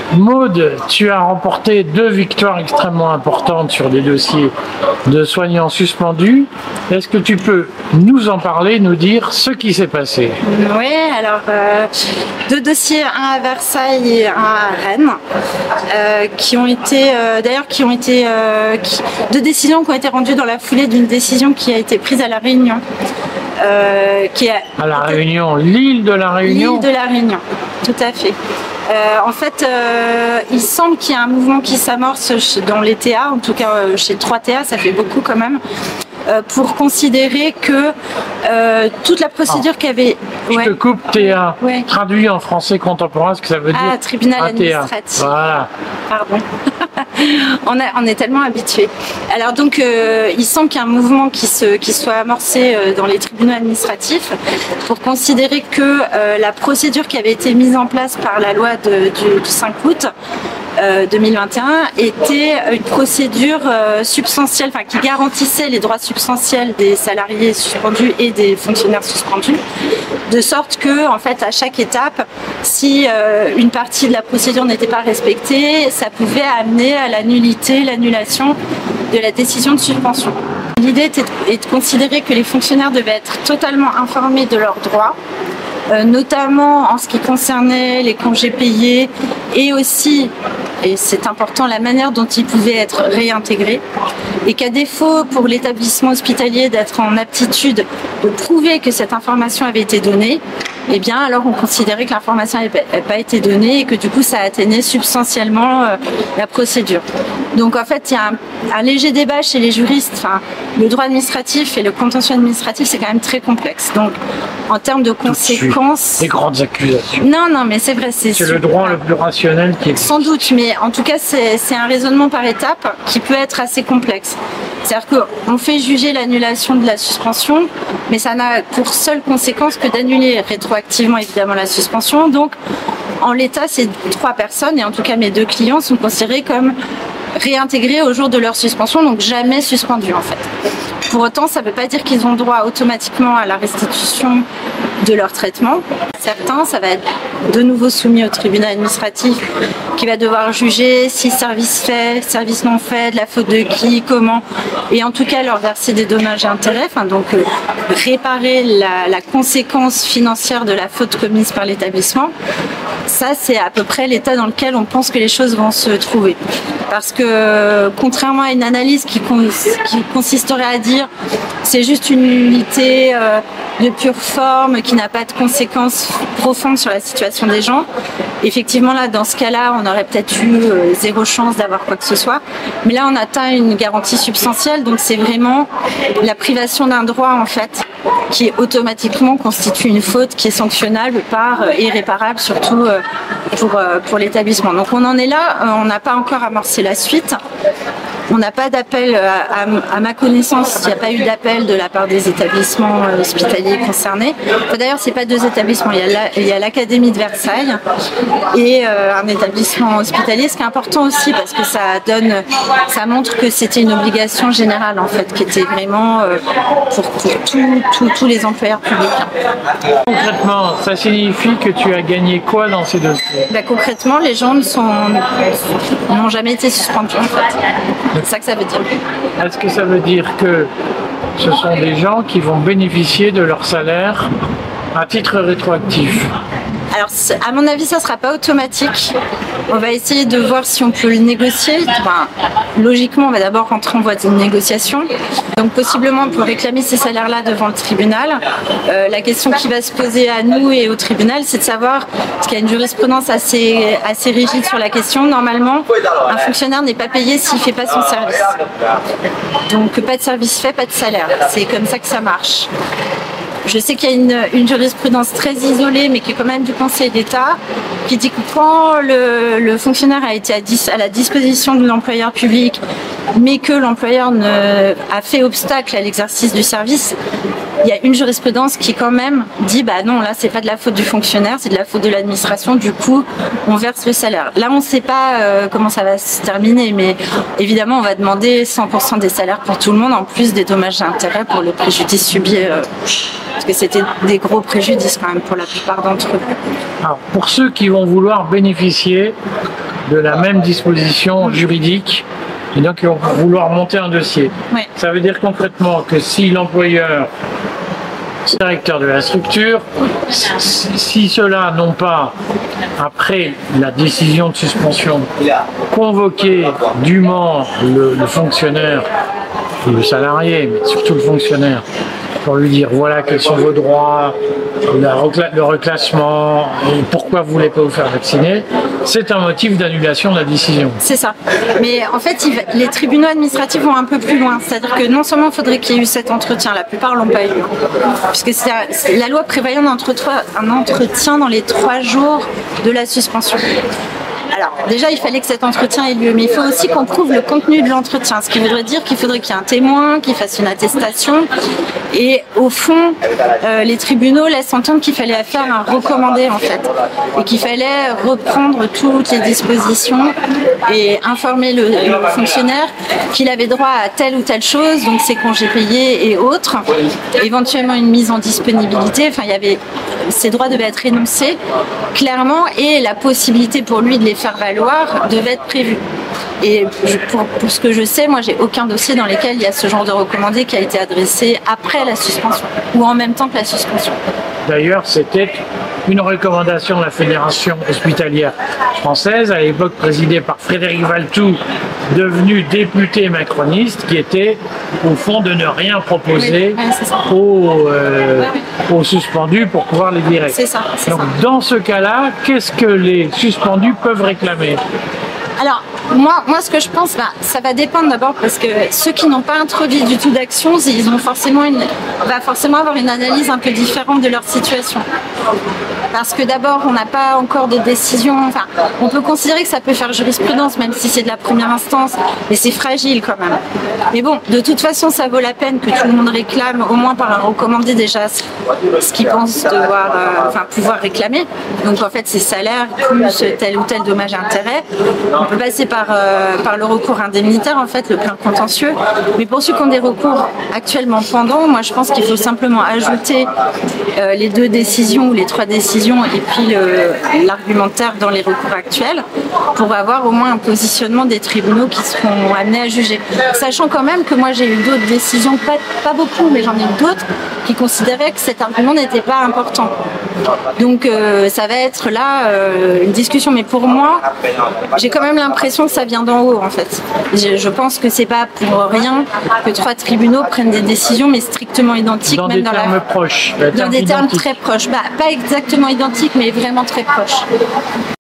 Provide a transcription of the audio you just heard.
Maud, tu as remporté 2 victoires extrêmement importantes sur des dossiers de soignants suspendus. Est-ce que tu peux nous en parler, nous dire ce qui s'est passé? Oui, alors 2 dossiers, un à Versailles et un à Rennes, qui ont été, deux décisions qui ont été rendues dans la foulée d'une décision qui a été prise à La Réunion. À La Réunion, l'île de La Réunion. L'île de La Réunion, tout à fait. En fait, il semble qu'il y a un mouvement qui s'amorce dans les TA, en tout cas chez 3 TA, ça fait beaucoup quand même, pour considérer que toute la procédure qu'avait... Je te coupe, TA. Ouais. Traduit en français contemporain, ce que ça veut dire. Tribunal administratif. Voilà. Pardon. on est tellement habitués. Alors donc, il semble qu'il y a un mouvement qui soit amorcé dans les tribunaux administratifs pour considérer que la procédure qui avait été mise en place par la loi du 5 août 2021 était une procédure substantielle, enfin qui garantissait les droits substantiels des salariés suspendus et des fonctionnaires suspendus, de sorte que, en fait, à chaque étape, si une partie de la procédure n'était pas respectée, ça pouvait amener à l'annulation de la décision de suspension. L'idée est de considérer que les fonctionnaires devaient être totalement informés de leurs droits, notamment en ce qui concernait les congés payés et aussi, et c'est important, la manière dont ils pouvaient être réintégrés, et qu'à défaut pour l'établissement hospitalier d'être en aptitude de prouver que cette information avait été donnée, eh bien alors on considérait que l'information n'avait pas été donnée et que du coup ça atteignait substantiellement la procédure. Donc en fait il y a un léger débat chez les juristes. Enfin, le droit administratif et le contentieux administratif c'est quand même très complexe. Donc en termes de conséquences... Des grandes accusations. Non mais c'est vrai. C'est le droit le plus rationnel qui existe. Sans doute, mais en tout cas c'est un raisonnement par étapes qui peut être assez complexe. C'est-à-dire qu'on fait juger l'annulation de la suspension, mais ça n'a pour seule conséquence que d'annuler rétroactivement évidemment la suspension. Donc en l'état, ces 3 personnes, et en tout cas mes 2 clients, sont considérés comme réintégrés au jour de leur suspension, donc jamais suspendus en fait. Pour autant, ça ne veut pas dire qu'ils ont droit automatiquement à la restitution de leur traitement. Certains, ça va être de nouveau soumis au tribunal administratif qui va devoir juger si service fait, service non fait, de la faute de qui, comment, et en tout cas leur verser des dommages et intérêts, enfin, donc réparer la conséquence financière de la faute commise par l'établissement. Ça, c'est à peu près l'état dans lequel on pense que les choses vont se trouver. Parce que contrairement à une analyse qui consisterait à dire c'est juste une unité de pure forme qui n'a pas de conséquences profondes sur la situation des gens, effectivement là dans ce cas-là on aurait peut-être eu 0 chance d'avoir quoi que ce soit, mais là on atteint une garantie substantielle, donc c'est vraiment la privation d'un droit en fait qui automatiquement constitue une faute qui est sanctionnable par irréparable surtout pour l'établissement. Donc on en est là, on n'a pas encore amorcé la suite. On n'a pas d'appel, à ma connaissance, il n'y a pas eu d'appel de la part des établissements hospitaliers concernés. Enfin, d'ailleurs, c'est pas 2 établissements, il y a l'Académie de Versailles et un établissement hospitalier, ce qui est important aussi parce que ça montre que c'était une obligation générale en fait, qui était vraiment pour tous les employeurs publics. Concrètement, ça signifie que tu as gagné quoi dans ces dossiers? Concrètement, les gens n'ont jamais été suspendus en fait. C'est ça que ça veut dire. Est-ce que ça veut dire que ce sont des gens qui vont bénéficier de leur salaire à titre rétroactif? Alors, à mon avis, ça ne sera pas automatique. On va essayer de voir si on peut le négocier. Enfin, logiquement, on va d'abord rentrer en voie de négociation. Donc, possiblement, on peut réclamer ces salaires-là devant le tribunal. La question qui va se poser à nous et au tribunal, c'est de savoir, parce qu'il y a une jurisprudence assez rigide sur la question. Normalement, un fonctionnaire n'est pas payé s'il ne fait pas son service. Donc, pas de service fait, pas de salaire. C'est comme ça que ça marche. Je sais qu'il y a une jurisprudence très isolée, mais qui est quand même du Conseil d'État, qui dit que quand le fonctionnaire a été à la disposition de l'employeur public, mais que l'employeur a fait obstacle à l'exercice du service, il y a une jurisprudence qui quand même dit bah non, là c'est pas de la faute du fonctionnaire, c'est de la faute de l'administration, du coup on verse le salaire. Là on ne sait pas comment ça va se terminer, mais évidemment on va demander 100% des salaires pour tout le monde, en plus des dommages et intérêts pour le préjudice subi, parce que c'était des gros préjudices quand même pour la plupart d'entre eux. Alors, pour ceux qui vont vouloir bénéficier de la même disposition juridique et donc ils vont vouloir monter un dossier. Ouais. Ça veut dire concrètement que si l'employeur, directeur de la structure, si ceux-là n'ont pas, après la décision de suspension, convoqué dûment le fonctionnaire, le salarié, mais surtout le fonctionnaire, pour lui dire voilà quels sont vos droits, le reclassement, et pourquoi vous ne voulez pas vous faire vacciner, c'est un motif d'annulation de la décision. C'est ça. Mais en fait, les tribunaux administratifs vont un peu plus loin. C'est-à-dire que non seulement il faudrait qu'il y ait eu cet entretien, la plupart ne l'ont pas eu. Puisque la loi prévoyait un entretien dans les 3 jours de la suspension. Alors, déjà, il fallait que cet entretien ait lieu, mais il faut aussi qu'on prouve le contenu de l'entretien, ce qui voudrait dire qu'il faudrait qu'il y ait un témoin, qu'il fasse une attestation. Et au fond, les tribunaux laissent entendre qu'il fallait faire un recommandé, en fait, et qu'il fallait reprendre toutes les dispositions et informer le fonctionnaire qu'il avait droit à telle ou telle chose, donc ses congés payés et autres, éventuellement une mise en disponibilité. Enfin, ses droits devaient être énoncés clairement et la possibilité pour lui de les faire valoir devait être prévue. Et pour ce que je sais, moi, j'ai aucun dossier dans lequel il y a ce genre de recommandé qui a été adressé après la suspension ou en même temps que la suspension. D'ailleurs, c'était une recommandation de la Fédération hospitalière française, à l'époque présidée par Frédéric Valtou, devenu député macroniste, qui était au fond de ne rien proposer aux suspendus pour pouvoir les virer. C'est ça. Donc dans ce cas-là, qu'est-ce que les suspendus peuvent réclamer ? Alors, moi, ce que je pense, ça va dépendre d'abord parce que ceux qui n'ont pas introduit du tout d'action, ils vont forcément avoir une analyse un peu différente de leur situation. Parce que d'abord, on n'a pas encore de décision. Enfin, on peut considérer que ça peut faire jurisprudence, même si c'est de la première instance, mais c'est fragile quand même. Mais bon, de toute façon, ça vaut la peine que tout le monde réclame, au moins par un recommandé déjà, ce qu'il pense pouvoir réclamer. Donc en fait, c'est salaire plus tel ou tel dommage et intérêt. On peut passer par le recours indemnitaire, en fait, le plein contentieux. Mais pour ceux qui ont des recours actuellement pendants, moi je pense qu'il faut simplement ajouter les 2 décisions ou les 3 décisions et puis l'argumentaire dans les recours actuels pour avoir au moins un positionnement des tribunaux qui seront amenés à juger. Sachant quand même que moi j'ai eu d'autres décisions, pas beaucoup, mais j'en ai eu d'autres qui considéraient que cet argument n'était pas important. Donc ça va être là une discussion. Mais pour moi, j'ai quand même l'impression que ça vient d'en haut en fait. Je pense que c'est pas pour rien que 3 tribunaux prennent des décisions mais strictement identiques. Dans même des termes proches. Dans des termes très proches. Pas exactement identiques mais vraiment très proches.